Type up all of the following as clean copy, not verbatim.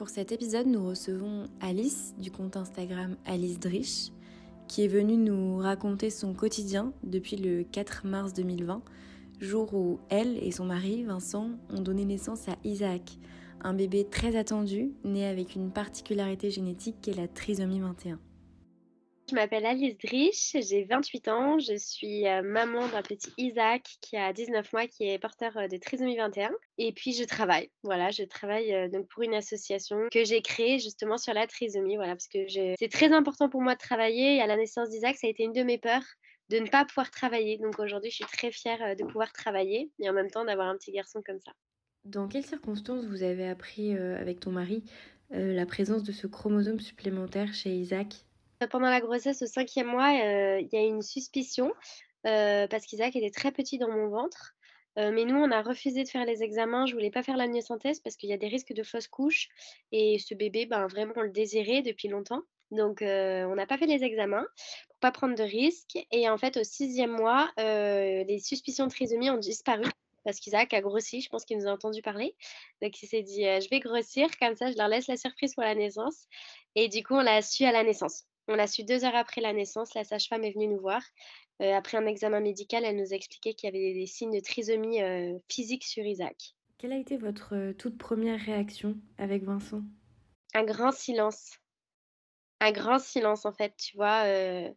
Pour cet épisode, nous recevons Alice du compte Instagram Alice Drich, qui est venue nous raconter son quotidien depuis le 4 mars 2020, jour où elle et son mari, Vincent, ont donné naissance à Isaac, un bébé très attendu, né avec une particularité génétique qui est la trisomie 21. Je m'appelle Alice Drich, j'ai 28 ans, je suis maman d'un petit Isaac qui a 19 mois, qui est porteur de trisomie 21. Et puis je travaille, voilà, je travaille donc pour une association que j'ai créée justement sur la trisomie, voilà, parce que c'est très important pour moi de travailler. Et à la naissance d'Isaac, ça a été une de mes peurs de ne pas pouvoir travailler. Donc aujourd'hui, je suis très fière de pouvoir travailler et en même temps d'avoir un petit garçon comme ça. Dans quelles circonstances vous avez appris avec ton mari la présence de ce chromosome supplémentaire chez Isaac ? Pendant la grossesse, au 5e mois, il y a eu une suspicion parce qu'Isaac était très petit dans mon ventre. Mais nous, on a refusé de faire les examens. Je voulais pas faire l'amniosynthèse parce qu'il y a des risques de fausse couche. Et ce bébé, ben, vraiment, on le désirait depuis longtemps. Donc, on n'a pas fait les examens pour pas prendre de risques. Et en fait, au 6e mois, les suspicions de trisomie ont disparu parce qu'Isaac a grossi. Je pense qu'il nous a entendu parler. Donc, il s'est dit, je vais grossir. Comme ça, je leur laisse la surprise pour la naissance. Et du coup, on l'a su à la naissance. On l'a su 2 heures après la naissance. La sage-femme est venue nous voir. Après un examen médical, elle nous a expliqué qu'il y avait des signes de trisomie physique sur Isaac. Quelle a été votre toute première réaction avec Vincent ? Un grand silence. Un grand silence, en fait, tu vois.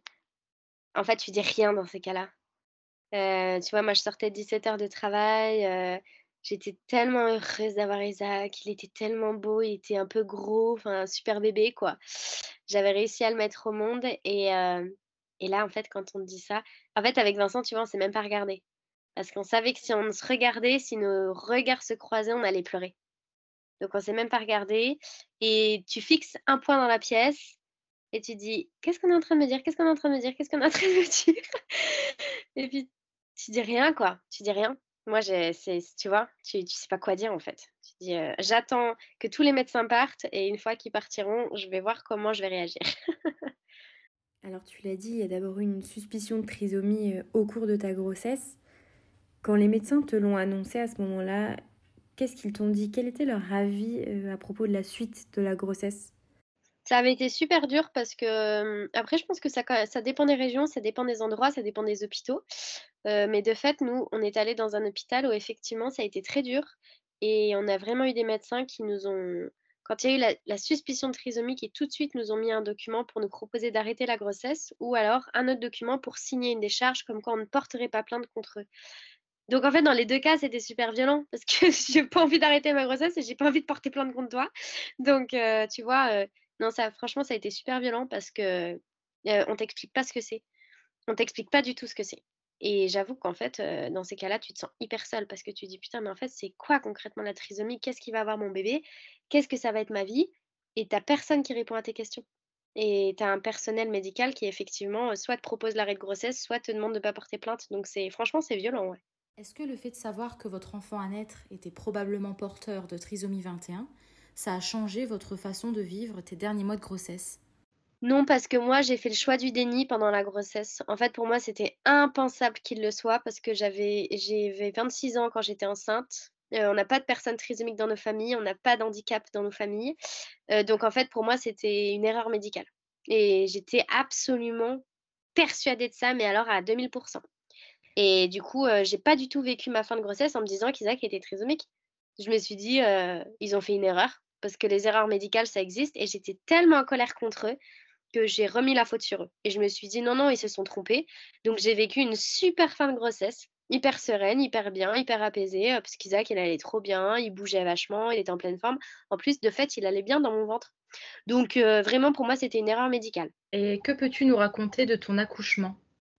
En fait, tu dis rien dans ces cas-là. Tu vois, moi, je sortais de 17 heures de travail. J'étais tellement heureuse d'avoir Isaac. Il était tellement beau. Il était un peu gros. Enfin, un super bébé, quoi. J'avais réussi à le mettre au monde. Et là, en fait, quand on te dit ça... En fait, avec Vincent, tu vois, on s'est même pas regardé. Parce qu'on savait que si on se regardait, si nos regards se croisaient, on allait pleurer. Donc on s'est même pas regardé. Et tu fixes un point dans la pièce et tu dis: «Qu'est-ce qu'on est en train de me dire? Qu'est-ce qu'on est en train de me dire? Qu'est-ce qu'on est en train de me dire?» Et puis tu dis rien, quoi. Tu dis rien. Moi, tu vois, tu sais pas quoi dire, en fait. Tu dis, «J'attends que tous les médecins partent et une fois qu'ils partiront, je vais voir comment je vais réagir». Alors tu l'as dit, il y a d'abord eu une suspicion de trisomie au cours de ta grossesse. Quand les médecins te l'ont annoncé à ce moment-là, qu'est-ce qu'ils t'ont dit ? Quel était leur avis à propos de la suite de la grossesse ? Ça avait été super dur parce que, après je pense que ça dépend des régions, ça dépend des endroits, ça dépend des hôpitaux. Mais de fait, nous, on est allés dans un hôpital où effectivement ça a été très dur et on a vraiment eu des médecins qui nous ont quand il y a eu la suspicion de trisomie, qui tout de suite nous ont mis un document pour nous proposer d'arrêter la grossesse ou alors un autre document pour signer une décharge comme quoi on ne porterait pas plainte contre eux. Donc en fait, dans les 2 cas, c'était super violent parce que j'ai pas envie d'arrêter ma grossesse et j'ai pas envie de porter plainte contre toi. Donc tu vois, non, ça franchement, ça a été super violent parce que, on t'explique pas ce que c'est. On t'explique pas du tout ce que c'est. Et j'avoue qu'en fait, dans ces cas-là, tu te sens hyper seule parce que tu dis: «Putain, mais en fait, c'est quoi concrètement la trisomie? Qu'est-ce qui va avoir mon bébé? Qu'est-ce que ça va être ma vie?» Et tu as personne qui répond à tes questions. Et tu as un personnel médical qui effectivement, soit te propose l'arrêt de grossesse, soit te demande de pas porter plainte. Donc franchement, c'est violent, ouais. Est-ce que le fait de savoir que votre enfant à naître était probablement porteur de trisomie 21, ça a changé votre façon de vivre tes derniers mois de grossesse ? Non, parce que moi, j'ai fait le choix du déni pendant la grossesse. En fait, pour moi, c'était impensable qu'il le soit parce que j'avais 26 ans quand j'étais enceinte. On n'a pas de personnes trisomiques dans nos familles, on n'a pas d'handicap dans nos familles. Donc en fait, pour moi, c'était une erreur médicale et j'étais absolument persuadée de ça, mais alors à 2000. Et du coup, j'ai pas du tout vécu ma fin de grossesse en me disant qu'Isaac était trisomique. Je me suis dit: «Ils ont fait une erreur», parce que les erreurs médicales, ça existe et j'étais tellement en colère contre eux que j'ai remis la faute sur eux et je me suis dit: «Non, non, ils se sont trompés». Donc j'ai vécu une super fin de grossesse, hyper sereine, hyper bien, hyper apaisée, parce qu'Isaac, il allait trop bien, il bougeait vachement, il était en pleine forme. En plus, de fait, il allait bien dans mon ventre. Donc vraiment, pour moi, c'était une erreur médicale. Et que peux-tu nous raconter de ton accouchement?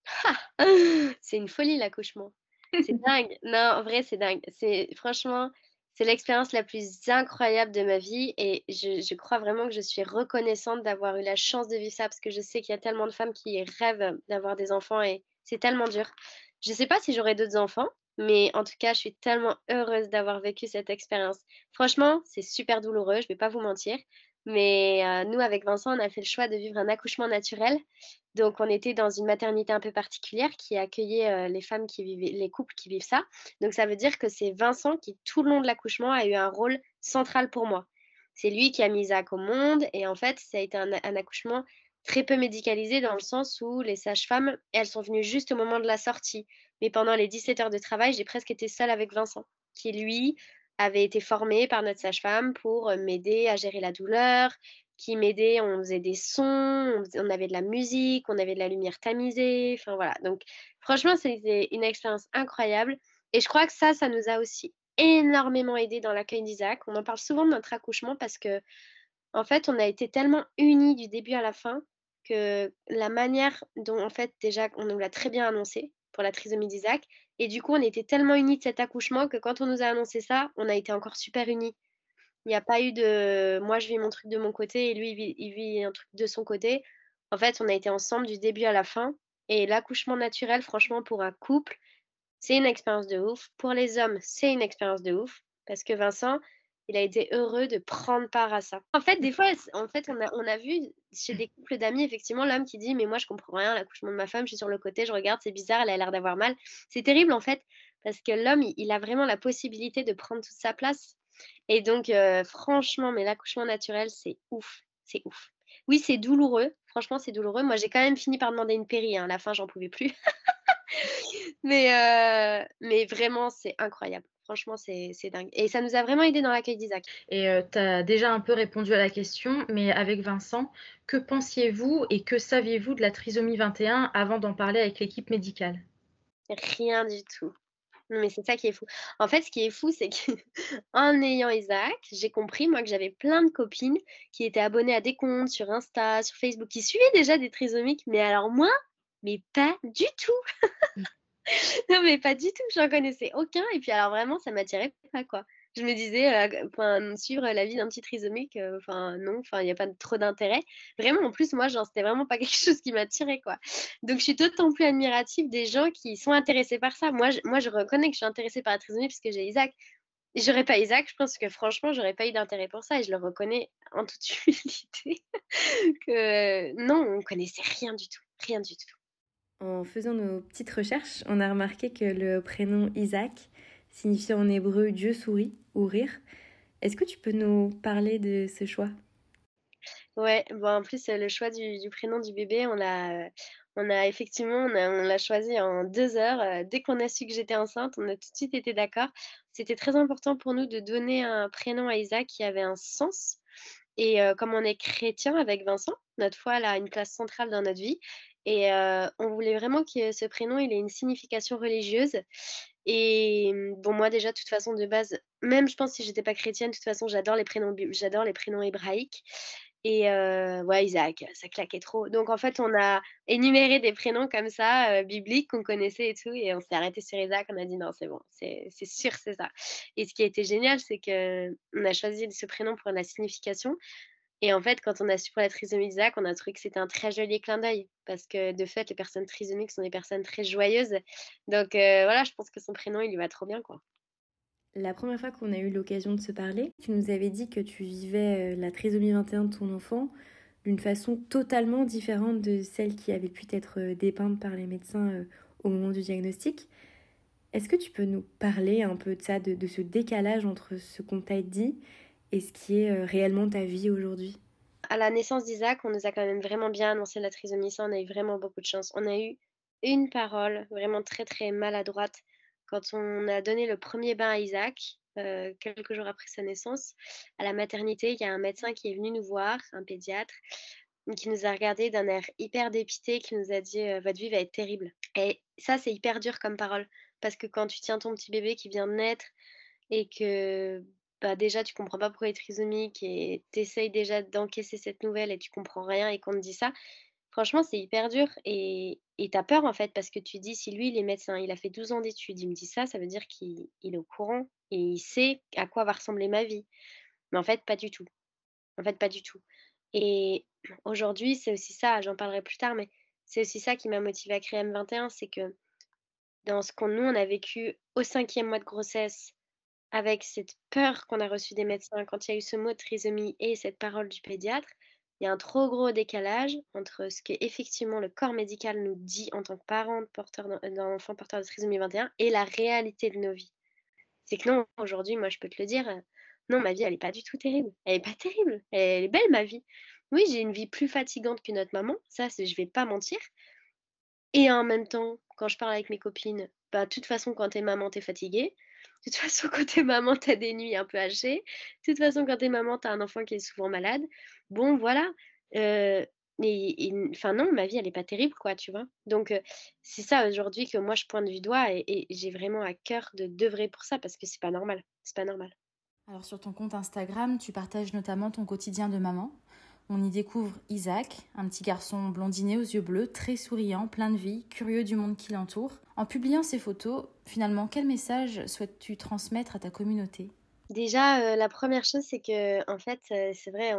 C'est une folie l'accouchement. C'est dingue. Non, en vrai, c'est dingue. C'est franchement, c'est l'expérience la plus incroyable de ma vie et je crois vraiment que je suis reconnaissante d'avoir eu la chance de vivre ça parce que je sais qu'il y a tellement de femmes qui rêvent d'avoir des enfants et c'est tellement dur. Je sais pas si j'aurai d'autres enfants, mais en tout cas, je suis tellement heureuse d'avoir vécu cette expérience. Franchement, c'est super douloureux, je vais pas vous mentir, mais nous, avec Vincent, on a fait le choix de vivre un accouchement naturel. Donc, on était dans une maternité un peu particulière qui accueillait, les femmes qui vivaient les couples qui vivent ça. Donc ça veut dire que c'est Vincent qui, tout le long de l'accouchement, a eu un rôle central pour moi. C'est lui qui a mis Isaac au monde et en fait, ça a été un accouchement très peu médicalisé dans le sens où les sages-femmes, elles sont venues juste au moment de la sortie. Mais pendant les 17 heures de travail, j'ai presque été seule avec Vincent, qui lui avait été formé par notre sage-femme pour m'aider à gérer la douleur, qui m'aidait, on faisait des sons, on avait de la musique, on avait de la lumière tamisée, enfin voilà. Donc franchement, c'était une expérience incroyable et je crois que ça nous a aussi énormément aidé dans l'accueil d'Isaac. On en parle souvent de notre accouchement parce que en fait, on a été tellement unis du début à la fin que la manière dont, en fait, déjà, on nous l'a très bien annoncé pour la trisomie d'Isaac. Et du coup, on était tellement unis de cet accouchement que quand on nous a annoncé ça, on a été encore super unis. Il n'y a pas eu de moi, je vis mon truc de mon côté et lui, il vit un truc de son côté. En fait, on a été ensemble du début à la fin. Et l'accouchement naturel, franchement, pour un couple, c'est une expérience de ouf. Pour les hommes, c'est une expérience de ouf. Parce que Vincent, il a été heureux de prendre part à ça. En fait, des fois, en fait, on a vu chez des couples d'amis, effectivement, l'homme qui dit, mais moi, je comprends rien à l'accouchement de ma femme, je suis sur le côté, je regarde, c'est bizarre, elle a l'air d'avoir mal. C'est terrible, en fait, parce que l'homme, il a vraiment la possibilité de prendre toute sa place. Et donc, franchement, mais l'accouchement naturel, c'est ouf. C'est ouf. Oui, c'est douloureux. Franchement, c'est douloureux. Moi, j'ai quand même fini par demander une péri, hein. À la fin, j'en pouvais plus. Mais vraiment, c'est incroyable. Franchement, c'est dingue. Et ça nous a vraiment aidé dans l'accueil d'Isaac. Et tu as déjà un peu répondu à la question, mais avec Vincent, que pensiez-vous et que saviez-vous de la trisomie 21 avant d'en parler avec l'équipe médicale? Rien du tout. Non, mais c'est ça qui est fou. En fait, ce qui est fou, c'est qu'en ayant Isaac, j'ai compris, moi, que j'avais plein de copines qui étaient abonnées à des comptes sur Insta, sur Facebook, qui suivaient déjà des trisomiques. Mais alors moi, mais pas du tout. Non, mais pas du tout, j'en connaissais aucun et puis alors vraiment ça m'attirait pas, quoi. Je me disais, enfin, suivre la vie d'un petit trisomique, enfin non, enfin il y a pas trop d'intérêt. Vraiment, en plus, moi, genre, c'était vraiment pas quelque chose qui m'attirait, quoi. Donc je suis d'autant plus admirative des gens qui sont intéressés par ça. Moi, je reconnais que je suis intéressée par la trisomie parce que j'ai Isaac. J'aurais pas Isaac, je pense que franchement, j'aurais pas eu d'intérêt pour ça et je le reconnais en toute humilité que non, on connaissait rien du tout, rien du tout. En faisant nos petites recherches, on a remarqué que le prénom Isaac signifie en hébreu Dieu sourit ou rire. Est-ce que tu peux nous parler de ce choix? Ouais, bon, en plus, le choix du prénom du bébé, on a effectivement, on l'a choisi en 2 heures. Dès qu'on a su que j'étais enceinte, on a tout de suite été d'accord. C'était très important pour nous de donner un prénom à Isaac qui avait un sens et comme on est chrétien avec Vincent, notre foi, elle a une place centrale dans notre vie et on voulait vraiment que ce prénom, il ait une signification religieuse et bon, moi, déjà, de toute façon, de base, même je pense si j'étais pas chrétienne, de toute façon, j'adore les prénoms hébraïques et ouais, Isaac, ça claquait trop. Donc en fait, on a énuméré des prénoms comme ça, bibliques qu'on connaissait et tout et on s'est arrêté sur Isaac. On a dit: «Non, c'est bon, c'est sûr, c'est ça» et ce qui a été génial, c'est qu'on a choisi ce prénom pour la signification et en fait, quand on a su pour la trisomie d'Isaac, on a trouvé que c'était un très joli clin d'œil parce que de fait, les personnes trisomiques sont des personnes très joyeuses. Donc voilà, je pense que son prénom, il lui va trop bien, quoi. La première fois qu'on a eu l'occasion de se parler, tu nous avais dit que tu vivais la trisomie 21 de ton enfant d'une façon totalement différente de celle qui avait pu être dépeinte par les médecins au moment du diagnostic. Est-ce que tu peux nous parler un peu de ça, de ce décalage entre ce qu'on t'a dit et ce qui est réellement ta vie aujourd'hui? À la naissance d'Isaac, on nous a quand même vraiment bien annoncé la trisomie. Ça, on a eu vraiment beaucoup de chance. On a eu une parole vraiment très, très maladroite quand on a donné le premier bain à Isaac, quelques jours après sa naissance. À la maternité, il y a un médecin qui est venu nous voir, un pédiatre, qui nous a regardé d'un air hyper dépité, qui nous a dit, «Votre vie va être terrible» et ça, c'est hyper dur comme parole parce que quand tu tiens ton petit bébé qui vient de naître et que, bah, déjà tu comprends pas pourquoi il est trisomique et tu essayes déjà d'encaisser cette nouvelle et tu comprends rien et qu'on te dit ça, franchement c'est hyper dur et tu as peur en fait parce que tu dis: «Si lui il est médecin, il a fait 12 ans d'études, il me dit ça veut dire qu'il est au courant et il sait à quoi va ressembler ma vie». Mais en fait pas du tout, en fait pas du tout et aujourd'hui c'est aussi ça, j'en parlerai plus tard, mais c'est aussi ça qui m'a motivée à créer M21, c'est que dans ce qu'on nous on a vécu au 5e mois de grossesse avec cette peur qu'on a reçue des médecins quand il y a eu ce mot trisomie et cette parole du pédiatre, il y a un trop gros décalage entre ce qu'effectivement le corps médical nous dit en tant que parents d'un enfant porteur de trisomie 21 et la réalité de nos vies. C'est que non, aujourd'hui, moi je peux te le dire, Non, ma vie, elle est pas du tout terrible. Elle est pas terrible. Elle est belle, ma vie. Oui, j'ai une vie plus fatigante que notre maman, ça, je vais pas mentir. Et en même temps, quand je parle avec mes copines, bah, de toute façon, quand t'es maman, t'es fatiguée. De toute façon, quand t'es maman, t'as des nuits un peu hachées. De toute façon, quand t'es maman, t'as un enfant qui est souvent malade. Bon, voilà. Heu, enfin non, ma vie, elle est pas terrible, quoi, tu vois? Donc c'est ça aujourd'hui que moi je pointe du doigt et j'ai vraiment à cœur de d'œuvrer pour ça parce que c'est pas normal. C'est pas normal. Alors sur ton compte Instagram, tu partages notamment ton quotidien de maman. On y découvre Isaac, un petit garçon blondiné aux yeux bleus, très souriant, plein de vie, curieux du monde qui l'entoure. En publiant ces photos, finalement, quel message souhaites-tu transmettre à ta communauté? Déjà, la première chose, c'est que en fait, c'est vrai,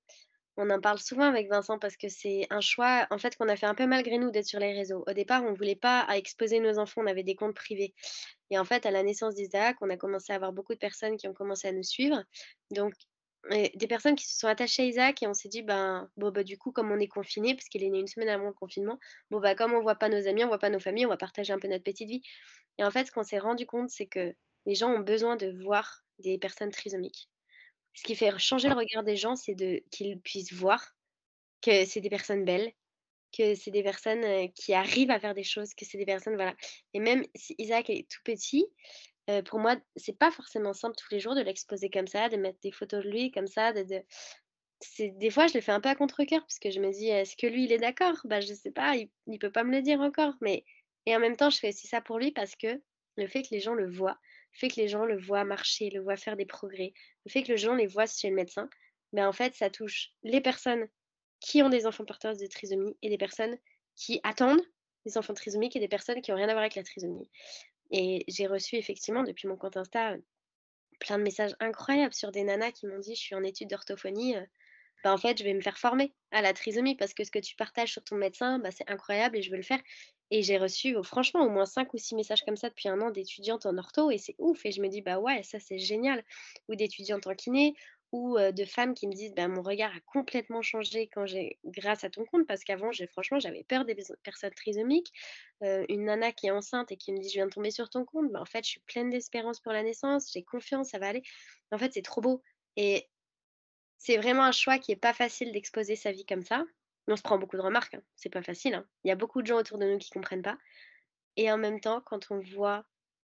on en parle souvent avec Vincent parce que c'est un choix, en fait, qu'on a fait un peu malgré nous d'être sur les réseaux. Au départ, on voulait pas exposer nos enfants, on avait des comptes privés et en fait, à la naissance d'Isaac, on a commencé à avoir beaucoup de personnes qui ont commencé à nous suivre. Donc des personnes qui se sont attachées à Isaac et on s'est dit: «Ben, bon, bah, du coup, comme on est confinés», parce qu'il est né une semaine avant le confinement, bon, bah, comme on voit pas nos amis, on voit pas nos familles, on va partager un peu notre petite vie et en fait, ce qu'on s'est rendu compte, c'est que les gens ont besoin de voir des personnes trisomiques. Ce qui fait changer le regard des gens, c'est qu'ils puissent voir que c'est des personnes belles, que c'est des personnes, qui arrivent à faire des choses, que c'est des personnes voilà et même si Isaac est tout petit, pour moi, c'est pas forcément simple tous les jours de l'exposer comme ça, de mettre des photos de lui comme ça, de c'est des fois, je le fais un peu à contre-cœur parce que je me dis: «Est-ce que lui, il est d'accord?» Bah, je sais pas, il peut pas me le dire encore, mais et en même temps, je fais aussi ça pour lui parce que le fait que les gens le voient, le fait que les gens le voient marcher, le voient faire des progrès, le fait que les gens les voient chez le médecin, ben, en fait, ça touche les personnes qui ont des enfants porteurs de trisomie et des personnes qui attendent des enfants trisomiques et des personnes qui ont rien à voir avec la trisomie et j'ai reçu effectivement depuis mon compte Insta, plein de messages incroyables sur des nanas qui m'ont dit: «Je suis en études d'orthophonie, bah, en fait, je vais me faire former à la trisomie parce que ce que tu partages sur ton médecin, bah, c'est incroyable et je veux le faire» et j'ai reçu, franchement au moins 5 ou 6 messages comme ça depuis un an d'étudiantes en ortho et c'est ouf et je me dis: «Bah, ouais, ça c'est génial» ou d'étudiantes en kiné ou de femmes qui me disent: «Bah, mon regard a complètement changé quand j'ai grâce à ton compte» parce qu'avant franchement, j'avais peur des personnes trisomiques. Une nana qui est enceinte et qui me dit: «Je viens de tomber sur ton compte, bah, en fait, je suis pleine d'espérance pour la naissance, j'ai confiance, ça va aller». En fait, c'est trop beau et c'est vraiment un choix qui est pas facile d'exposer sa vie comme ça. On se prend beaucoup de remarques, hein, c'est pas facile, hein. Il y a beaucoup de gens autour de nous qui comprennent pas et en même temps, quand on voit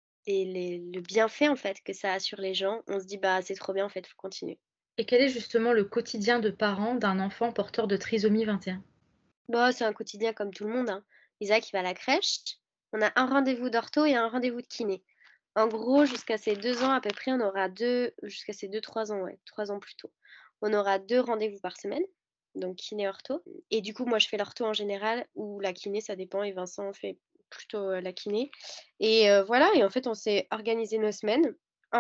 le bienfait, en fait, que ça a sur les gens, on se dit: «Bah, c'est trop bien, en fait, faut continuer». Et quel est justement le quotidien de parent d'un enfant porteur de trisomie 21? Bah, c'est un quotidien comme tout le monde, hein. Isaac, il va à la crèche, on a un rendez-vous d'ortho et un rendez-vous de kiné. En gros, jusqu'à ses 2 ans à peu près, on aura 2 jusqu'à ses 2-3 ans, ouais, 3 ans plutôt. On aura 2 rendez-vous par semaine, donc kiné, ortho et du coup, moi, je fais l'ortho en général ou la kiné, ça dépend et Vincent fait plutôt, la kiné et voilà et en fait, on s'est organisé nos semaines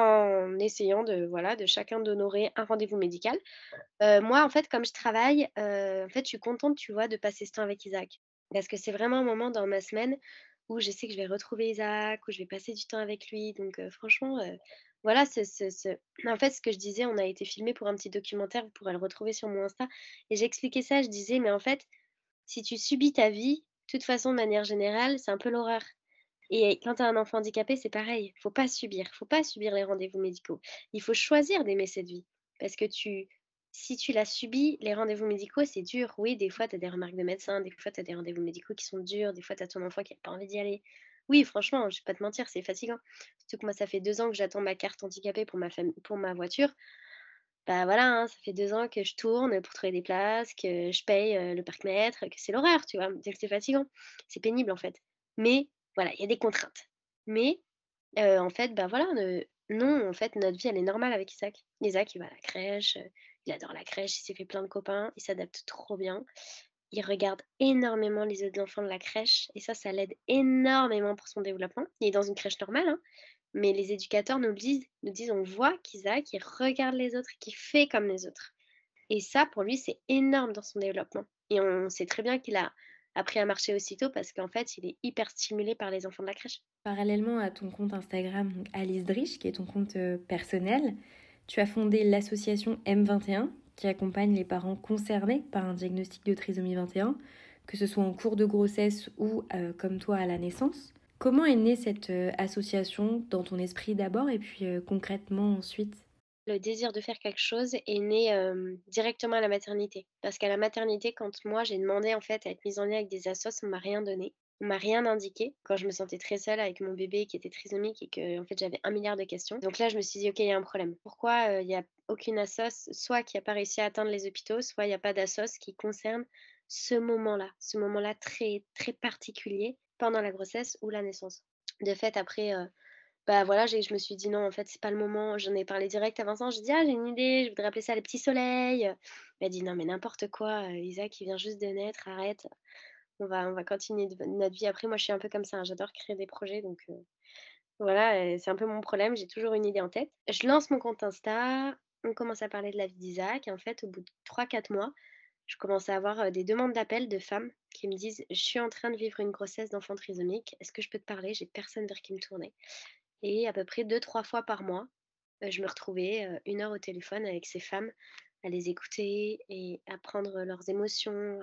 en essayant de, voilà, de chacun d'honorer un rendez-vous médical. Moi, en fait, comme je travaille, en fait, je suis contente, tu vois, de passer ce temps avec Isaac. Parce que c'est vraiment un moment dans ma semaine où je sais que je vais retrouver Isaac, où je vais passer du temps avec lui. Donc franchement, voilà, en fait, ce que je disais, on a été filmé pour un petit documentaire, vous pourrez le retrouver sur mon Insta et j'expliquais ça, je disais: «Mais en fait, si tu subis ta vie, de toute façon, de manière générale, c'est un peu l'horreur et quand tu as un enfant handicapé, c'est pareil. Faut pas subir les rendez-vous médicaux. Il faut choisir d'aimer cette vie parce que si tu l'as subi, les rendez-vous médicaux, c'est dur. Oui, des fois, tu as des remarques de médecins, des fois, tu as des rendez-vous médicaux qui sont durs, des fois, tu as ton enfant qui a pas envie d'y aller. Oui, franchement, je vais pas te mentir, c'est fatigant. Surtout que moi, ça fait 2 ans que j'attends ma carte handicapée pour ma voiture. Bah, voilà, hein, ça fait 2 ans que je tourne pour trouver des places, que je paye, le parc-mètre, que c'est l'horreur, tu vois? Donc c'est fatigant. C'est pénible, en fait. Mais voilà, il y a des contraintes. Mais en fait, bah, voilà, non, en fait, notre vie, elle est normale avec Isaac. Isaac, il va à la crèche, il adore la crèche, il s'est fait plein de copains, il s'adapte trop bien. Il regarde énormément les autres enfants de la crèche et ça l'aide énormément pour son développement. Il est dans une crèche normale, hein, mais les éducateurs nous disent: «On voit qu'Isaac, il regarde les autres, qu'il fait comme les autres» et ça, pour lui, c'est énorme dans son développement et on sait très bien qu'il a appris à marcher aussitôt parce qu'en fait, il est hyper stimulé par les enfants de la crèche. Parallèlement à ton compte Instagram, donc Alice Drich, qui est ton compte personnel, tu as fondé l'association M21, qui accompagne les parents concernés par un diagnostic de trisomie 21, que ce soit en cours de grossesse ou comme toi à la naissance. Comment est née cette association dans ton esprit d'abord et puis concrètement ensuite? Le désir de faire quelque chose est né, directement à la maternité. Parce qu'à la maternité, quand moi j'ai demandé en fait à être mise en lien avec des assos, on m'a rien donné. On m'a rien indiqué. Quand je me sentais très seule avec mon bébé qui était trisomique et que en fait j'avais 1 milliard de questions. Donc là, je me suis dit: «OK, il y a un problème. Pourquoi, il y a aucune assos, soit qui a pas réussi à atteindre les hôpitaux, soit il y a pas d'assos qui concerne ce moment-là très, très particulier pendant la grossesse ou la naissance». De fait, après, bah, voilà, je me suis dit: «Non, en fait, c'est pas le moment». J'en ai parlé direct à Vincent, j'ai dit: «Ah, j'ai une idée, je voudrais appeler ça les petits soleils». Il m'a dit: «Non, mais n'importe quoi, Isaac, il vient juste de naître, arrête, on va continuer notre vie». Après, moi, je suis un peu comme ça, hein, j'adore créer des projets, donc voilà, c'est un peu mon problème, j'ai toujours une idée en tête. Je lance mon compte Insta, on commence à parler de la vie d'Isaac et en fait, au bout de 3 4 mois, je commence à avoir, des demandes d'appels de femmes qui me disent: «Je suis en train de vivre une grossesse d'enfant trisomique, est-ce que je peux te parler? J'ai personne vers qui me tourner». Et à peu près 2 3 fois par mois, je me retrouvais, 1 heure au téléphone avec ces femmes, à les écouter et à prendre leurs émotions,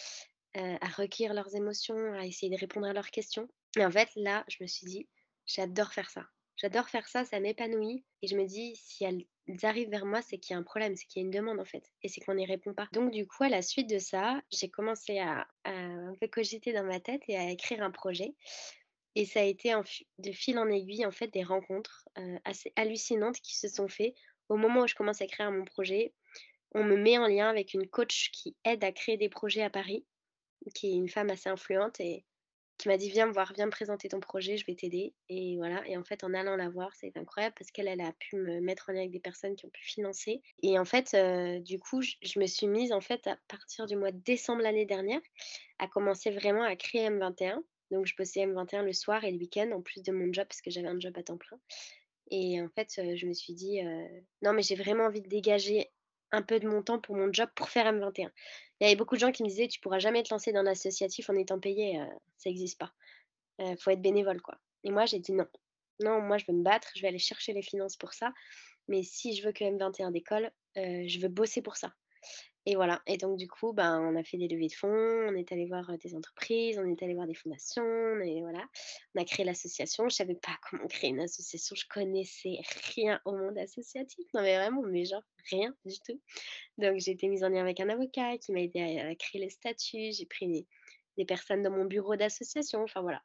à recueillir leurs émotions, à essayer de répondre à leurs questions. Et en fait, là, je me suis dit: «J'adore faire ça. J'adore faire ça, ça m'épanouit» et je me dis: «Si elles arrivent vers moi, c'est qu'il y a un problème, c'est qu'il y a une demande, en fait et c'est qu'on n'y répond pas». Donc du coup, à la suite de ça, j'ai commencé à un peu cogiter dans ma tête et à écrire un projet et ça a été de fil en aiguille, en fait, des rencontres, assez hallucinantes qui se sont faits. Au moment où je commence à écrire mon projet, on me met en lien avec une coach qui aide à créer des projets à Paris, qui est une femme assez influente et qui m'a dit: «Viens me voir, viens me présenter ton projet, je vais t'aider» et voilà et en fait, en allant la voir, ça a été incroyable parce qu'elle a pu me mettre en lien avec des personnes qui ont pu financer et en fait, du coup, je me suis mise, en fait, à partir du mois de décembre l'année dernière, à commencer vraiment à créer M21. Donc je bossais M21 le soir et le week-end en plus de mon job parce que j'avais un job à temps plein et en fait, je me suis dit, «Non mais j'ai vraiment envie de dégager un peu de mon temps pour mon job pour faire M21». Il y avait beaucoup de gens qui me disaient: «Tu pourras jamais te lancer dans l'associatif en étant payé, ça existe pas. Faut être bénévole, quoi» et moi j'ai dit: «Non. Non, moi je veux me battre, je vais aller chercher les finances pour ça, mais si je veux que M21 décolle, je veux bosser pour ça». Et voilà et donc du coup, ben, on a fait des levées de fonds, on est allé voir, des entreprises, on est allé voir des fondations et voilà. On a créé l'association. Je savais pas comment créer une association, je connaissais rien au monde associatif. Non mais vraiment, mais genre rien du tout. Donc j'ai été mise en lien avec un avocat qui m'a aidée à créer les statuts. J'ai pris des personnes dans mon bureau d'association, enfin voilà.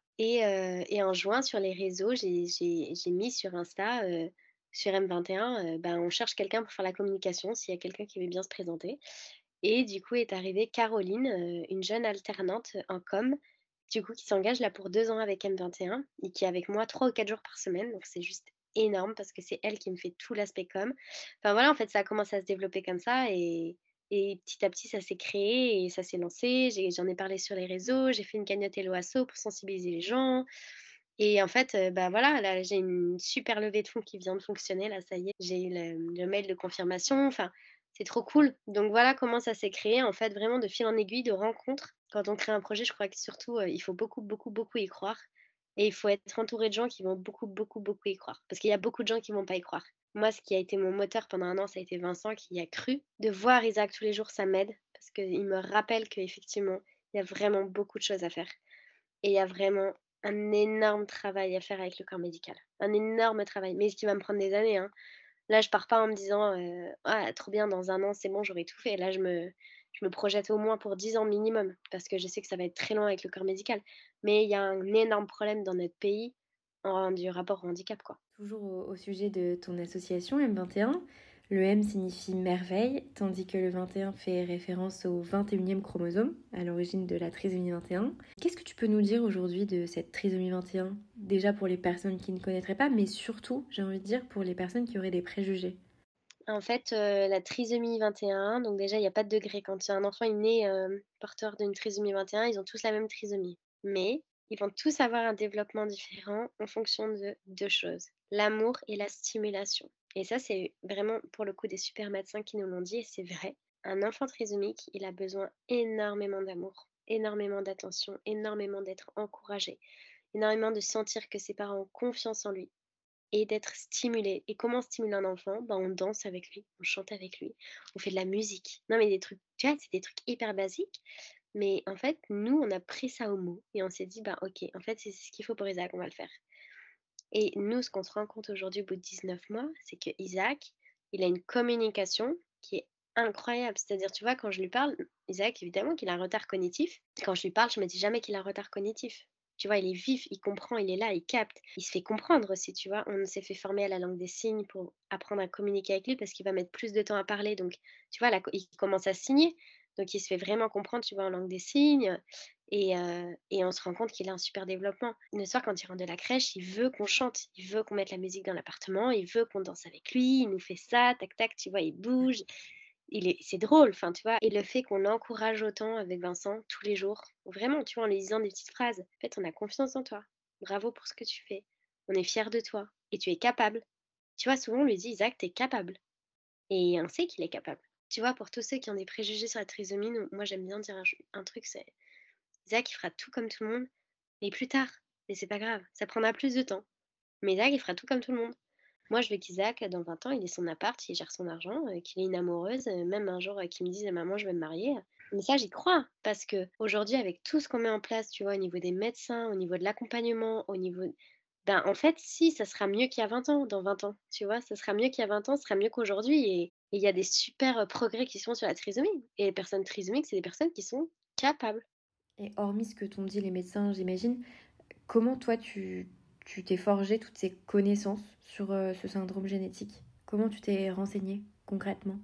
Et en juin sur les réseaux, j'ai mis sur Insta, sur M21, ben, on cherche quelqu'un pour faire la communication, s'il y a quelqu'un qui veut bien se présenter. Et du coup est arrivée Caroline, une jeune alternante en com, du coup qui s'engage là pour 2 ans avec M21 et un et qui est avec moi 3 ou 4 jours par semaine, donc c'est juste énorme parce que c'est elle qui me fait tout l'aspect com. Enfin voilà, en fait, ça a commencé à se développer comme ça et petit à petit ça s'est créé et ça s'est lancé. J'en ai parlé sur les réseaux, j'ai fait une cagnotte Hello Asso pour sensibiliser les gens et en fait, bah, voilà, là j'ai une super levée de fonds qui vient de fonctionner, là ça y est, j'ai eu le mail de confirmation, enfin c'est trop cool. Donc voilà comment ça s'est créé, en fait, vraiment de fil en aiguille, de rencontres. Quand on crée un projet, je crois que surtout, il faut beaucoup, beaucoup, beaucoup y croire et il faut être entouré de gens qui vont beaucoup, beaucoup, beaucoup y croire. Parce qu'il y a beaucoup de gens qui vont pas y croire. Moi, ce qui a été mon moteur pendant 1 an, ça a été Vincent qui y a cru. De voir Isaac tous les jours, ça m'aide parce qu'il me rappelle qu'effectivement, il y a vraiment beaucoup de choses à faire et il y a vraiment un énorme travail à faire avec le corps médical. Un énorme travail, mais ce qui va me prendre des années, hein. Là, je pars pas en me disant, «Ah trop bien dans 1 an, c'est bon, j'aurai tout fait». Là, je me projette au moins pour 10 ans minimum, parce que je sais que ça va être très long avec le corps médical. Mais il y a un énorme problème dans notre pays du rapport au handicap, quoi. Toujours au sujet de ton association M21, le M signifie merveille, tandis que le 21 fait référence au 21e chromosome, à l'origine de la trisomie 21. Qu'est-ce que tu peux nous dire aujourd'hui de cette trisomie 21? Déjà pour les personnes qui ne connaîtraient pas, mais surtout, j'ai envie de dire, pour les personnes qui auraient des préjugés. En fait, la trisomie 21, donc déjà, il y a pas de degré. Quand un enfant est né, porteur d'une trisomie 21, ils ont tous la même trisomie. Mais ils vont tous avoir un développement différent en fonction de 2 choses, l'amour et la stimulation. Et ça, c'est vraiment pour le coup des super médecins qui nous l'ont dit et c'est vrai. Un enfant trisomique, il a besoin énormément d'amour, énormément d'attention, énormément d'être encouragé, énormément de sentir que ses parents ont confiance en lui. Et d'être stimulé. Et comment stimuler un enfant? Ben, on danse avec lui, on chante avec lui, on fait de la musique. Non, mais des trucs, tu vois, c'est des trucs hyper basiques. Mais en fait, nous, on a pris ça au mot et on s'est dit, bah ok, en fait, c'est ce qu'il faut pour Isaac, on va le faire. Et nous, ce qu'on se rend compte aujourd'hui, au bout de 19 mois, c'est que Isaac, il a une communication qui est incroyable. C'est-à-dire, tu vois, quand je lui parle, Isaac, évidemment qu'il a un retard cognitif. Quand je lui parle, je me dis jamais qu'il a un retard cognitif. Tu vois, il est vif, il comprend, il est là, il capte. Il se fait comprendre aussi, tu vois. On s'est fait former à la langue des signes pour apprendre à communiquer avec lui parce qu'il va mettre plus de temps à parler. Donc, tu vois, là, il commence à signer. Donc, il se fait vraiment comprendre, tu vois, en langue des signes. Et on se rend compte qu'il a un super développement. Le soir, quand il rentre de la crèche, il veut qu'on chante, il veut qu'on mette la musique dans l'appartement, il veut qu'on danse avec lui, il nous fait ça, tac, tac, tu vois, il bouge. C'est drôle, enfin, tu vois. Et le fait qu'on l'encourage autant avec Vincent tous les jours, vraiment, tu vois, en lui disant des petites phrases. En fait, on a confiance en toi. Bravo pour ce que tu fais. On est fiers de toi. Et tu es capable. Tu vois, souvent, on lui dit, Isaac, t'es capable. Et on sait qu'il est capable. Tu vois, pour tous ceux qui ont des préjugés sur la trisomie, moi, j'aime bien dire un truc, c'est Isaac, il fera tout comme tout le monde, et plus tard. Et c'est pas grave, ça prendra plus de temps. Mais Isaac, il fera tout comme tout le monde. Moi, je veux qu'Isaac, dans 20 ans, il ait son appart, il gère son argent, qu'il ait une amoureuse, même un jour qu'il me dise maman, je vais me marier. Mais ça, j'y crois, parce que aujourd'hui, avec tout ce qu'on met en place, tu vois, au niveau des médecins, au niveau de l'accompagnement, au niveau. Ben, en fait, si, ça sera mieux qu'il y a 20 ans, dans 20 ans, tu vois, ça sera mieux qu'il y a 20 ans, ça sera mieux qu'aujourd'hui. Et il y a des super progrès qui se font sur la trisomie. Et les personnes trisomiques, c'est des personnes qui sont capables. Et hormis ce que t'ont dit les médecins, j'imagine, comment toi tu t'es forgé toutes ces connaissances sur ce syndrome génétique? Comment tu t'es renseigné concrètement?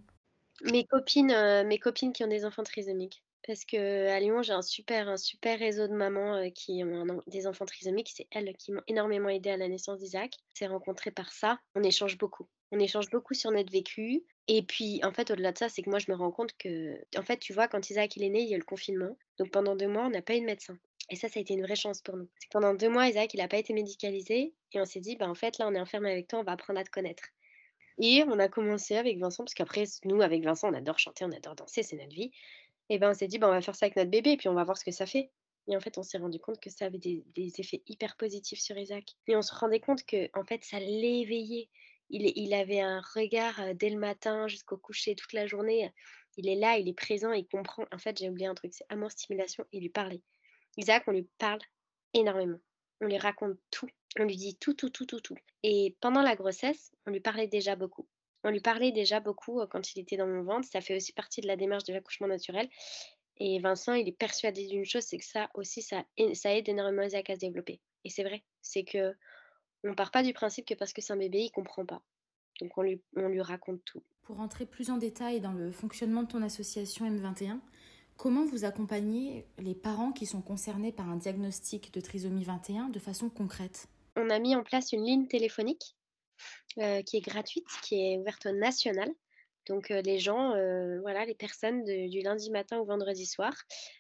Mes copines qui ont des enfants trisomiques. Parce qu'à Lyon, j'ai un super réseau de mamans qui ont des enfants trisomiques. C'est elles qui m'ont énormément aidée à la naissance d'Isaac. On s'est rencontrés par ça. On échange beaucoup. On échange beaucoup sur notre vécu. Et puis, en fait, au-delà de ça, c'est que moi, je me rends compte que, en fait, tu vois, quand Isaac il est né, il y a eu le confinement. Donc pendant 2 mois, on n'a pas eu de médecin. Et ça a été une vraie chance pour nous. C'est que pendant 2 mois, Isaac, il n'a pas été médicalisé. Et on s'est dit, bah, en fait, là, on est enfermé avec toi, on va apprendre à te connaître. Et on a commencé avec Vincent, parce qu'après, nous, avec Vincent, on adore chanter, on adore danser, c'est notre vie. Et ben, on s'est dit, on va faire ça avec notre bébé, et puis on va voir ce que ça fait. Et en fait, on s'est rendu compte que ça avait des effets hyper positifs sur Isaac. Et on se rendait compte que, en fait, ça l'éveillait. Il avait un regard dès le matin jusqu'au coucher, toute la journée. Il est là, il est présent, il comprend. En fait, j'ai oublié un truc, c'est amour, stimulation, et lui parler. Isaac, on lui parle énormément. On lui raconte tout. On lui dit tout, tout, tout, tout, tout. Et pendant la grossesse, on lui parlait déjà beaucoup. On lui parlait déjà beaucoup quand il était dans mon ventre. Ça fait aussi partie de la démarche de l'accouchement naturel. Et Vincent, il est persuadé d'une chose, c'est que ça aussi, ça aide énormément Isaac à se développer. Et c'est vrai, c'est que on part pas du principe que parce que c'est un bébé, il comprend pas. Donc on lui raconte tout. Pour entrer plus en détail dans le fonctionnement de ton association M21, comment vous accompagnez les parents qui sont concernés par un diagnostic de trisomie 21 de façon concrète? On a mis en place une ligne téléphonique qui est gratuite, qui est ouverte au national. Donc les gens, voilà, les personnes du lundi matin au vendredi soir,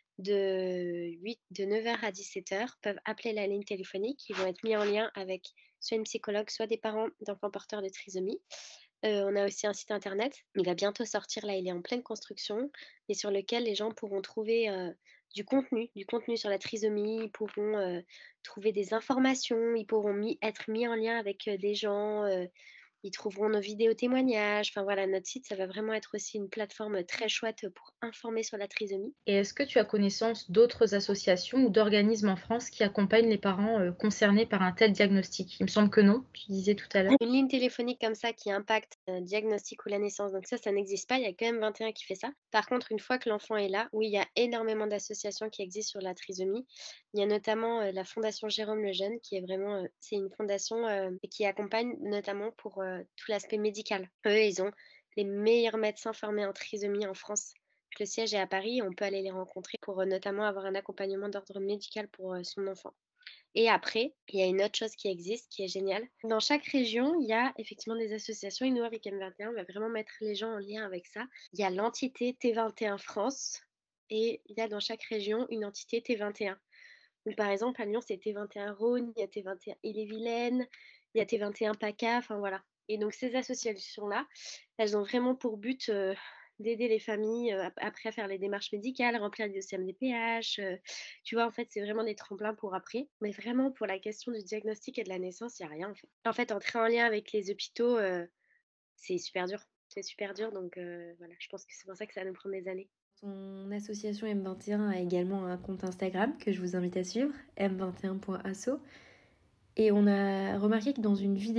de 9h à 17h, peuvent appeler la ligne téléphonique. Ils vont être mis en lien avec soit une psychologue, soit des parents d'enfants porteurs de trisomie. On a aussi un site internet. Il va bientôt sortir, là, il est en pleine construction, et sur lequel les gens pourront trouver du contenu sur la trisomie. Ils pourront trouver des informations, ils pourront être mis en lien avec des gens. Ils trouveront nos vidéos témoignages. Enfin voilà, notre site, ça va vraiment être aussi une plateforme très chouette pour informer sur la trisomie. Et est-ce que tu as connaissance d'autres associations ou d'organismes en France qui accompagnent les parents concernés par un tel diagnostic? Il me semble que non, tu disais tout à l'heure. Une ligne téléphonique comme ça qui impacte diagnostic ou la naissance, donc ça n'existe pas. Il y a quand même 21 qui fait ça. Par contre, une fois que l'enfant est là, oui, il y a énormément d'associations qui existent sur la trisomie. Il y a notamment la Fondation Jérôme Lejeune, qui est vraiment, c'est une fondation qui accompagne notamment pour tout l'aspect médical. Eux, ils ont les meilleurs médecins formés en trisomie en France. Le siège est à Paris, on peut aller les rencontrer pour notamment avoir un accompagnement d'ordre médical pour son enfant. Et après, il y a une autre chose qui existe, qui est géniale. Dans chaque région, il y a effectivement des associations. Et nous, avec M21, on va vraiment mettre les gens en lien avec ça. Il y a l'entité T21 France et il y a dans chaque région une entité T21. Donc, par exemple, à Lyon, c'est T21 Rhône, il y a T21 Ille-et-Vilaine, il y a T21 PACA, enfin voilà. Et donc, ces associations-là, elles ont vraiment pour but d'aider les familles après à faire les démarches médicales, remplir les dossiers MDPH. Tu vois, en fait, c'est vraiment des tremplins pour après. Mais vraiment, pour la question du diagnostic et de la naissance, il n'y a rien en fait. En fait, entrer en lien avec les hôpitaux, c'est super dur. C'est super dur, donc voilà, je pense que c'est pour ça que ça va nous prendre des années. Ton association M21 a également un compte Instagram que je vous invite à suivre, m21.asso. Et on a remarqué que dans une vidéo,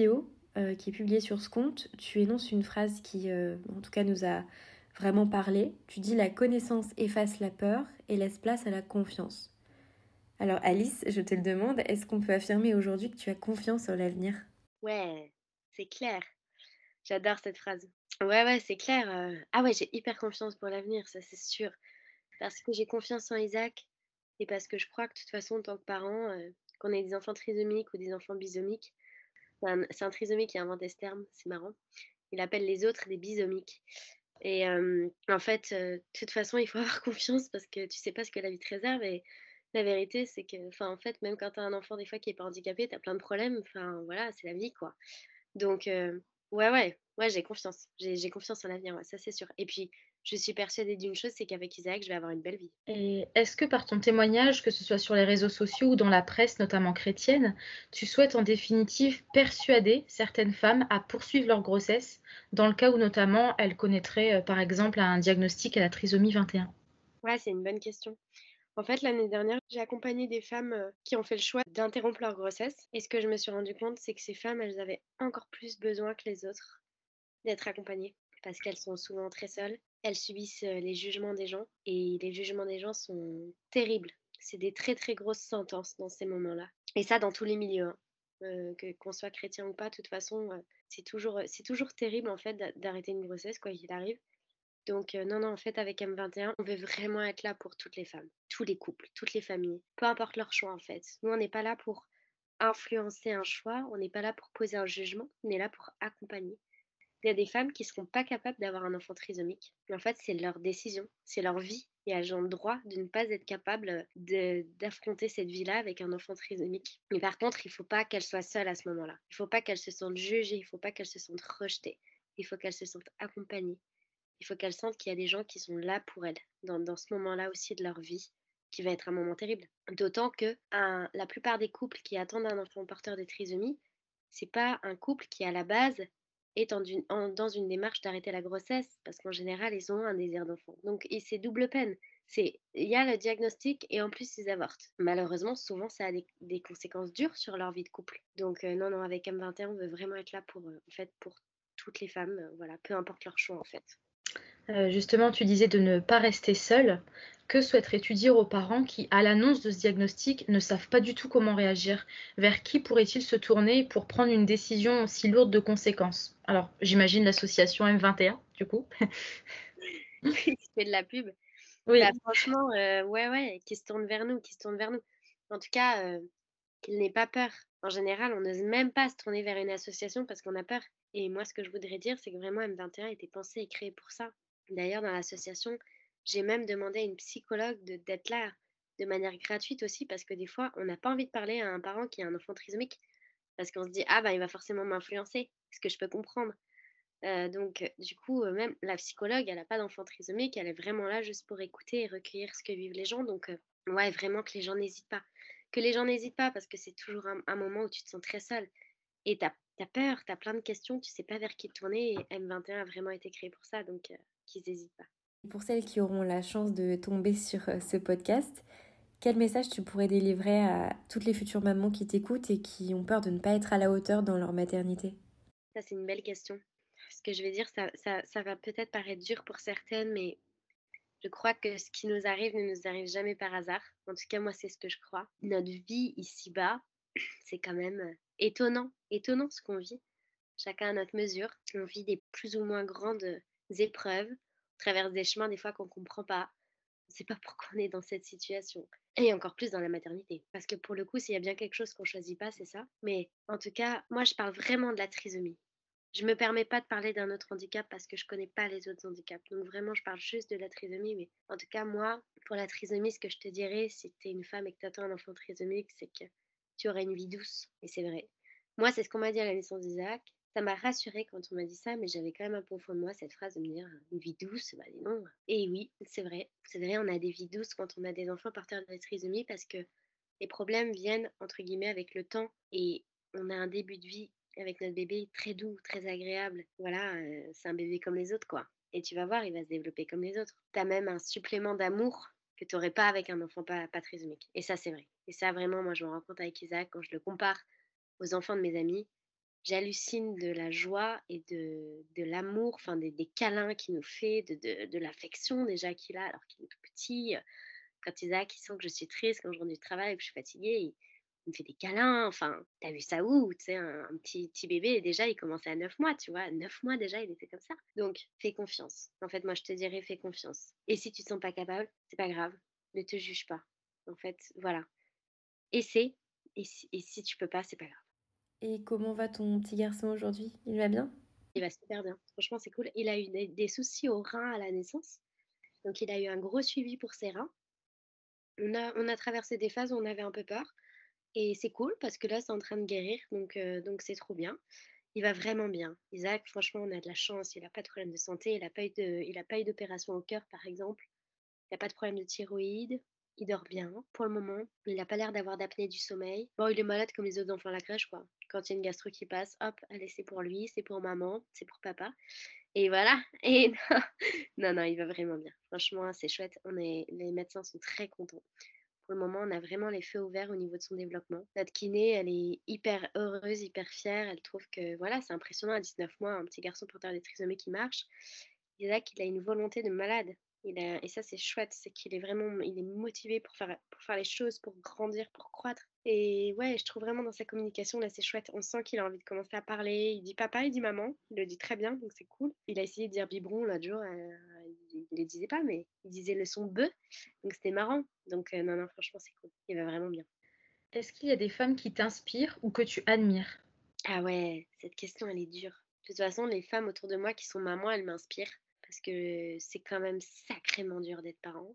qui est publié sur ce compte, tu énonces une phrase qui, en tout cas, nous a vraiment parlé. Tu dis: la connaissance efface la peur et laisse place à la confiance. Alors Alice, je te le demande, est-ce qu'on peut affirmer aujourd'hui que tu as confiance en l'avenir? Ouais, c'est clair. J'adore cette phrase. Ouais, ouais, c'est clair. Ah ouais, j'ai hyper confiance pour l'avenir, ça c'est sûr. Parce que j'ai confiance en Isaac et parce que je crois que de toute façon, en tant que parent, qu'on ait des enfants trisomiques ou des enfants bisomiques, c'est un trisomique qui a inventé ce terme, c'est marrant. Il appelle les autres des bisomiques. Et en fait, de toute façon, il faut avoir confiance parce que tu sais pas ce que la vie te réserve. Et la vérité, c'est que, enfin, en fait, même quand tu as un enfant, des fois, qui est pas handicapé, tu as plein de problèmes. Enfin, voilà, c'est la vie, quoi. Donc, ouais, ouais, ouais, j'ai confiance. J'ai confiance en l'avenir, ouais, ça c'est sûr. Et puis, je suis persuadée d'une chose, c'est qu'avec Isaac, je vais avoir une belle vie. Et est-ce que par ton témoignage, que ce soit sur les réseaux sociaux ou dans la presse, notamment chrétienne, tu souhaites en définitive persuader certaines femmes à poursuivre leur grossesse, dans le cas où notamment elles connaîtraient par exemple un diagnostic à la trisomie 21? Ouais, c'est une bonne question. En fait, l'année dernière, j'ai accompagné des femmes qui ont fait le choix d'interrompre leur grossesse. Et ce que je me suis rendu compte, c'est que ces femmes, elles avaient encore plus besoin que les autres d'être accompagnées parce qu'elles sont souvent très seules. Elles subissent les jugements des gens et les jugements des gens sont terribles. C'est des très très grosses sentences dans ces moments-là. Et ça, dans tous les milieux, hein. Qu'on soit chrétien ou pas, de toute façon, c'est toujours terrible en fait d'arrêter une grossesse, quoi qu'il arrive. Donc, non, non, en fait, avec M21, on veut vraiment être là pour toutes les femmes, tous les couples, toutes les familles, peu importe leur choix, en fait. Nous, on n'est pas là pour influencer un choix, on n'est pas là pour poser un jugement, on est là pour accompagner. Il y a des femmes qui ne seront pas capables d'avoir un enfant trisomique. Mais en fait, c'est leur décision, c'est leur vie. Et elles ont le droit de ne pas être capables d'affronter cette vie-là avec un enfant trisomique. Mais par contre, il ne faut pas qu'elles soient seules à ce moment-là. Il ne faut pas qu'elles se sentent jugées, il ne faut pas qu'elles se sentent rejetées. Il faut qu'elles se sentent accompagnées. Il faut qu'elles sentent qu'il y a des gens qui sont là pour elles, dans ce moment-là aussi de leur vie, qui va être un moment terrible. D'autant que la plupart des couples qui attendent un enfant porteur de trisomie, c'est pas un couple qui, à la base, est dans une démarche d'arrêter la grossesse, parce qu'en général, ils ont un désir d'enfant. Donc, et c'est double peine. Il y a le diagnostic et en plus, ils avortent. Malheureusement, souvent, ça a des conséquences dures sur leur vie de couple. Donc, non, non, avec M21, on veut vraiment être là pour, en fait, pour toutes les femmes, voilà, peu importe leur choix, en fait. Justement, tu disais de ne pas rester seule. Que souhaiterais-tu dire aux parents qui, à l'annonce de ce diagnostic, ne savent pas du tout comment réagir? Vers qui pourraient-ils se tourner pour prendre une décision aussi lourde de conséquences? Alors, j'imagine l'association M21, du coup. Oui, qui fait de la pub. Bah, Oui. franchement, ouais, ouais, qui se tourne vers nous, qui se tourne vers nous. En tout cas, qu'il n'ait pas peur. En général, on n'ose même pas se tourner vers une association parce qu'on a peur. Et moi, ce que je voudrais dire, c'est que vraiment M21 était pensé et créé pour ça. D'ailleurs, dans l'association, j'ai même demandé à une psychologue d'être là de manière gratuite aussi parce que des fois, on n'a pas envie de parler à un parent qui a un enfant trisomique parce qu'on se dit, ah bah, il va forcément m'influencer, ce que je peux comprendre. Donc, du coup, même la psychologue, elle a pas d'enfant trisomique, elle est vraiment là juste pour écouter et recueillir ce que vivent les gens. Donc, ouais, vraiment que les gens n'hésitent pas. Que les gens n'hésitent pas parce que c'est toujours un moment où tu te sens très seule et tu as peur, tu as plein de questions, tu sais pas vers qui te tourner et M21 a vraiment été créé pour ça, donc qu'ils hésitent pas. Pour celles qui auront la chance de tomber sur ce podcast, quel message tu pourrais délivrer à toutes les futures mamans qui t'écoutent et qui ont peur de ne pas être à la hauteur dans leur maternité? Ça, c'est une belle question. Ce que je vais dire, ça va peut-être paraître dur pour certaines, mais je crois que ce qui nous arrive ne nous arrive jamais par hasard. En tout cas, moi, c'est ce que je crois. Notre vie ici-bas, c'est quand même étonnant ce qu'on vit. Chacun à notre mesure. On vit des plus ou moins grandes épreuves. On traverse des chemins des fois qu'on ne comprend pas. On ne sait pas pourquoi on est dans cette situation. Et encore plus dans la maternité. Parce que pour le coup, s'il y a bien quelque chose qu'on ne choisit pas, c'est ça. Mais en tout cas, moi, je parle vraiment de la trisomie. Je me permets pas de parler d'un autre handicap parce que je connais pas les autres handicaps. Donc vraiment, je parle juste de la trisomie. Mais en tout cas, moi, pour la trisomie, ce que je te dirais, si tu es une femme et que tu attends un enfant trisomique, c'est que tu auras une vie douce. Et c'est vrai. Moi, c'est ce qu'on m'a dit à la naissance d'Isaac. Ça m'a rassurée quand on m'a dit ça, mais j'avais quand même un peu au fond de moi cette phrase de me dire une vie douce, bah dis non. Et oui, c'est vrai. C'est vrai, on a des vies douces quand on a des enfants porteurs de trisomie parce que les problèmes viennent, entre guillemets, avec le temps. Et on a un début de vie avec notre bébé très doux, très agréable. Voilà, c'est un bébé comme les autres, quoi. Et tu vas voir, il va se développer comme les autres. Tu as même un supplément d'amour que tu n'aurais pas avec un enfant pas trisomique. Et ça, c'est vrai. Et ça, vraiment, moi, je me rends compte avec Isaac quand je le compare aux enfants de mes amis. j'hallucine de la joie et de l'amour, enfin des câlins qu'il nous fait, de l'affection déjà qu'il a alors qu'il est tout petit. Quand Isaac, il sent que je suis triste, quand je rentre du travail et que je suis fatiguée, il me fait des câlins. Enfin, t'as vu ça où? Tu sais, un petit bébé, déjà, il commençait à 9 mois, tu vois. 9 mois déjà, il était comme ça. Donc, fais confiance. En fait, moi, je te dirais, fais confiance. Et si tu te sens pas capable, c'est pas grave. Ne te juge pas. En fait, voilà. Essaie. Et si tu peux pas, c'est pas grave. Et comment va ton petit garçon aujourd'hui? Il va bien? Il va super bien. Franchement, c'est cool. Il a eu des soucis aux reins à la naissance. Donc, il a eu un gros suivi pour ses reins. On a traversé des phases où on avait un peu peur. Et c'est cool parce que là, c'est en train de guérir. Donc c'est trop bien. Il va vraiment bien. Isaac, franchement, on a de la chance. Il n'a pas de problème de santé. Il a pas eu d'opération au cœur, par exemple. Il n'a pas de problème de thyroïde. Il dort bien pour le moment. Il n'a pas l'air d'avoir d'apnée du sommeil. Bon, il est malade comme les autres enfants à la crèche, quoi. Quand il y a une gastro qui passe, hop, allez, c'est pour lui, c'est pour maman, c'est pour papa. Et voilà. Et non, non, il va vraiment bien. Franchement, c'est chouette. Les médecins sont très contents. Pour le moment, on a vraiment les feux ouverts au niveau de son développement. Notre kiné, elle est hyper heureuse, hyper fière. Elle trouve que voilà, c'est impressionnant à 19 mois, un petit garçon porteur de trisomie qui marche. Isaac, il a une volonté de malade. Et ça, c'est chouette, c'est qu'il est vraiment, il est motivé pour faire les choses, pour grandir, pour croître. Et ouais, je trouve vraiment dans sa communication, là, c'est chouette. On sent qu'il a envie de commencer à parler. Il dit papa, il dit maman. Il le dit très bien, donc c'est cool. Il a essayé de dire biberon l'autre jour. Il ne le disait pas, mais il disait le son bœuf. Donc c'était marrant. Donc non, non, franchement, c'est cool. Il va vraiment bien. Est-ce qu'il y a des femmes qui t'inspirent ou que tu admires? Ah ouais, cette question, elle est dure. De toute façon, les femmes autour de moi qui sont mamans, elles m'inspirent. Parce que c'est quand même sacrément dur d'être parent.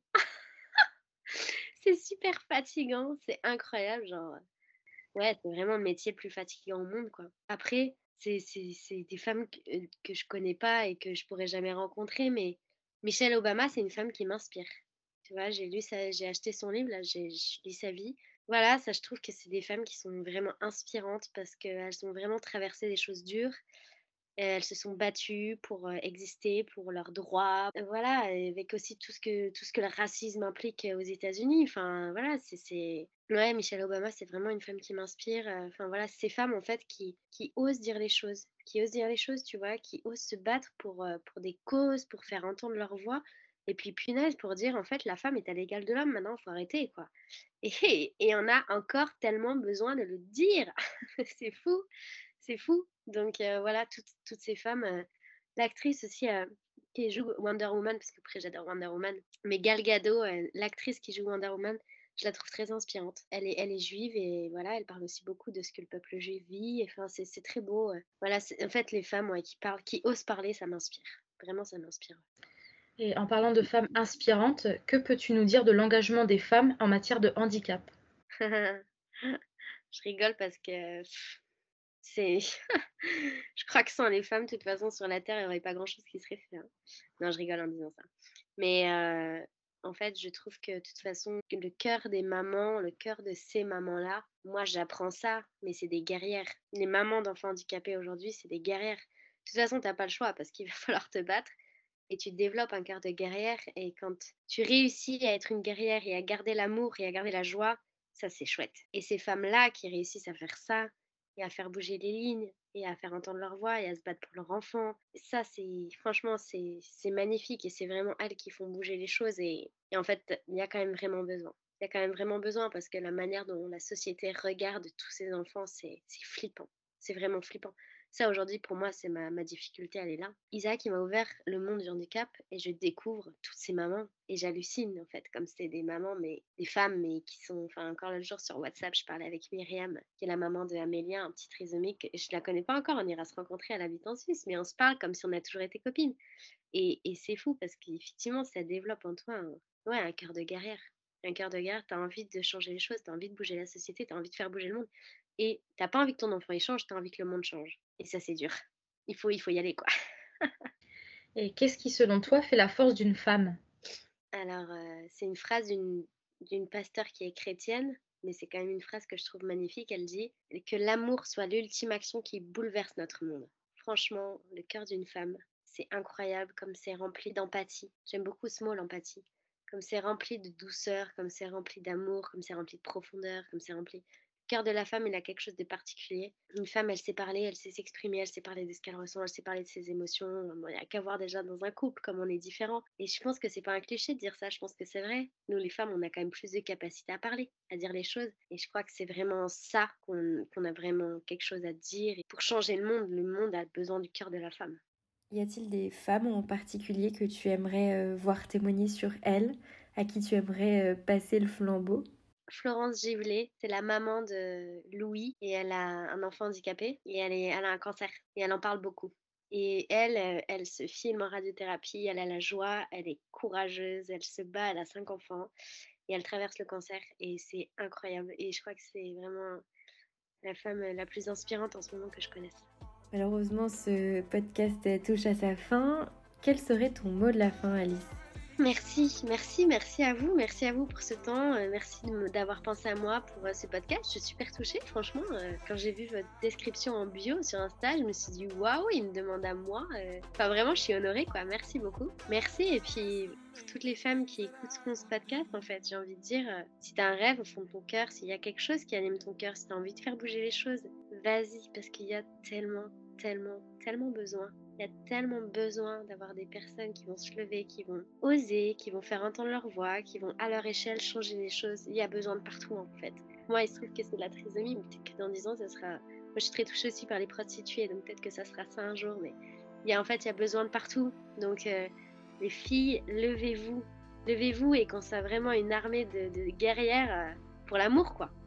C'est super fatigant, c'est incroyable, genre, ouais, c'est vraiment le métier le plus fatigant au monde, quoi. Après, c'est des femmes que je connais pas et que je pourrais jamais rencontrer, mais Michelle Obama, c'est une femme qui m'inspire. Tu vois, j'ai acheté son livre, là, je lis sa vie. Voilà, ça, je trouve que c'est des femmes qui sont vraiment inspirantes parce qu'elles ont vraiment traversé des choses dures. Elles se sont battues pour exister, pour leurs droits. Voilà, avec aussi tout ce que le racisme implique aux États-Unis. Enfin, voilà, Ouais, Michelle Obama, c'est vraiment une femme qui m'inspire. Enfin, voilà, ces femmes, en fait, qui osent dire les choses. Qui osent dire les choses, tu vois, qui osent se battre pour des causes, pour faire entendre leur voix. Et puis, punaise, pour dire, en fait, la femme est à l'égal de l'homme, maintenant, il faut arrêter, quoi. Et on a encore tellement besoin de le dire. C'est fou. C'est fou. Donc voilà, toutes ces femmes. L'actrice aussi qui joue Wonder Woman, parce que après j'adore Wonder Woman, mais Gal Gadot, l'actrice qui joue Wonder Woman, je la trouve très inspirante. Elle est juive et voilà, elle parle aussi beaucoup de ce que le peuple juif vit. Enfin, c'est très beau. Voilà, en fait, les femmes ouais, qui parlent, qui osent parler, ça m'inspire. Vraiment, ça m'inspire. Et en parlant de femmes inspirantes, que peux-tu nous dire de l'engagement des femmes en matière de handicap? Je rigole parce que c'est. Je crois que sans les femmes, de toute façon, sur la Terre, il n'y aurait pas grand-chose qui serait fait, hein. Non, je rigole en disant ça. Mais en fait, je trouve que de toute façon, le cœur des mamans, le cœur de ces mamans-là, moi, j'apprends ça, mais c'est des guerrières. Les mamans d'enfants handicapés aujourd'hui, c'est des guerrières. De toute façon, tu n'as pas le choix parce qu'il va falloir te battre. Et tu développes un cœur de guerrière. Et quand tu réussis à être une guerrière et à garder l'amour et à garder la joie, ça, c'est chouette. Et ces femmes-là qui réussissent à faire ça et à faire bouger les lignes et à faire entendre leur voix et à se battre pour leur enfant, ça, franchement, c'est magnifique et c'est vraiment elles qui font bouger les choses. Et en fait, il y a quand même vraiment besoin. Il y a quand même vraiment besoin parce que la manière dont la société regarde tous ces enfants, c'est flippant. C'est vraiment flippant. Ça, aujourd'hui, pour moi, c'est ma difficulté, elle est là. Isaac, il m'a ouvert le monde du handicap et je découvre toutes ces mamans et j'hallucine, en fait, comme c'est des mamans, mais des femmes, mais qui sont, enfin, encore l'autre jour sur WhatsApp, je parlais avec Myriam, qui est la maman de Amélia, un petit trisomique. Je la connais pas encore, on ira se rencontrer, elle habite en Suisse, mais on se parle comme si on a toujours été copines. Et c'est fou parce qu'effectivement, ça développe en toi ouais, un cœur de guerrière. Un cœur de guerre, tu as envie de changer les choses, tu as envie de bouger la société, tu as envie de faire bouger le monde. Et t'as pas envie que ton enfant il change, tu as envie que le monde change. Et ça, c'est dur. Il faut y aller, quoi. Et qu'est-ce qui, selon toi, fait la force d'une femme? Alors, c'est une phrase d'une pasteur qui est chrétienne, mais c'est quand même une phrase que je trouve magnifique. Elle dit que l'amour soit l'ultime action qui bouleverse notre monde. Franchement, le cœur d'une femme, c'est incroyable comme c'est rempli d'empathie. J'aime beaucoup ce mot, l'empathie. Comme c'est rempli de douceur, comme c'est rempli d'amour, comme c'est rempli de profondeur, comme c'est rempli. cœur de la femme, il a quelque chose de particulier. Une femme, elle sait parler, elle sait s'exprimer, elle sait parler de ce qu'elle ressent, elle sait parler de ses émotions. Il n'y a qu'à voir déjà dans un couple comme on est différents. Et je pense que c'est pas un cliché de dire ça, je pense que c'est vrai. Nous, les femmes, on a quand même plus de capacité à parler, à dire les choses. Et je crois que c'est vraiment ça qu'on a vraiment quelque chose à dire. Et pour changer le monde a besoin du cœur de la femme. Y a-t-il des femmes en particulier que tu aimerais voir témoigner sur elles, à qui tu aimerais passer le flambeau? Florence Givlet, c'est la maman de Louis et elle a un enfant handicapé et elle a un cancer et elle en parle beaucoup. Et elle se filme en radiothérapie, elle a la joie, elle est courageuse, elle se bat, elle a 5 enfants et elle traverse le cancer et c'est incroyable. Et je crois que c'est vraiment la femme la plus inspirante en ce moment que je connaisse. Malheureusement, ce podcast touche à sa fin. Quel serait ton mot de la fin, Alice? Merci à vous pour ce temps, merci d'avoir pensé à moi pour ce podcast. Je suis super touchée, franchement, quand j'ai vu votre description en bio sur Insta, je me suis dit waouh, il me demande à moi. Enfin, vraiment, je suis honorée, quoi. Merci beaucoup. Merci, et puis pour toutes les femmes qui écouteront ce podcast, en fait, j'ai envie de dire, si tu as un rêve au fond de ton cœur, s'il y a quelque chose qui anime ton cœur, si tu as envie de faire bouger les choses, vas-y, parce qu'il y a tellement besoin. Il y a tellement besoin d'avoir des personnes qui vont se lever, qui vont oser, qui vont faire entendre leur voix, qui vont à leur échelle changer les choses. Il y a besoin de partout, en fait. Moi, il se trouve que c'est de la trisomie, mais peut-être que dans 10 ans, ça sera... Moi, je suis très touchée aussi par les prostituées, donc peut-être que ça sera ça un jour. Mais il y a besoin de partout. Donc, les filles, levez-vous. Levez-vous, et qu'on soit vraiment une armée de guerrières pour l'amour, quoi.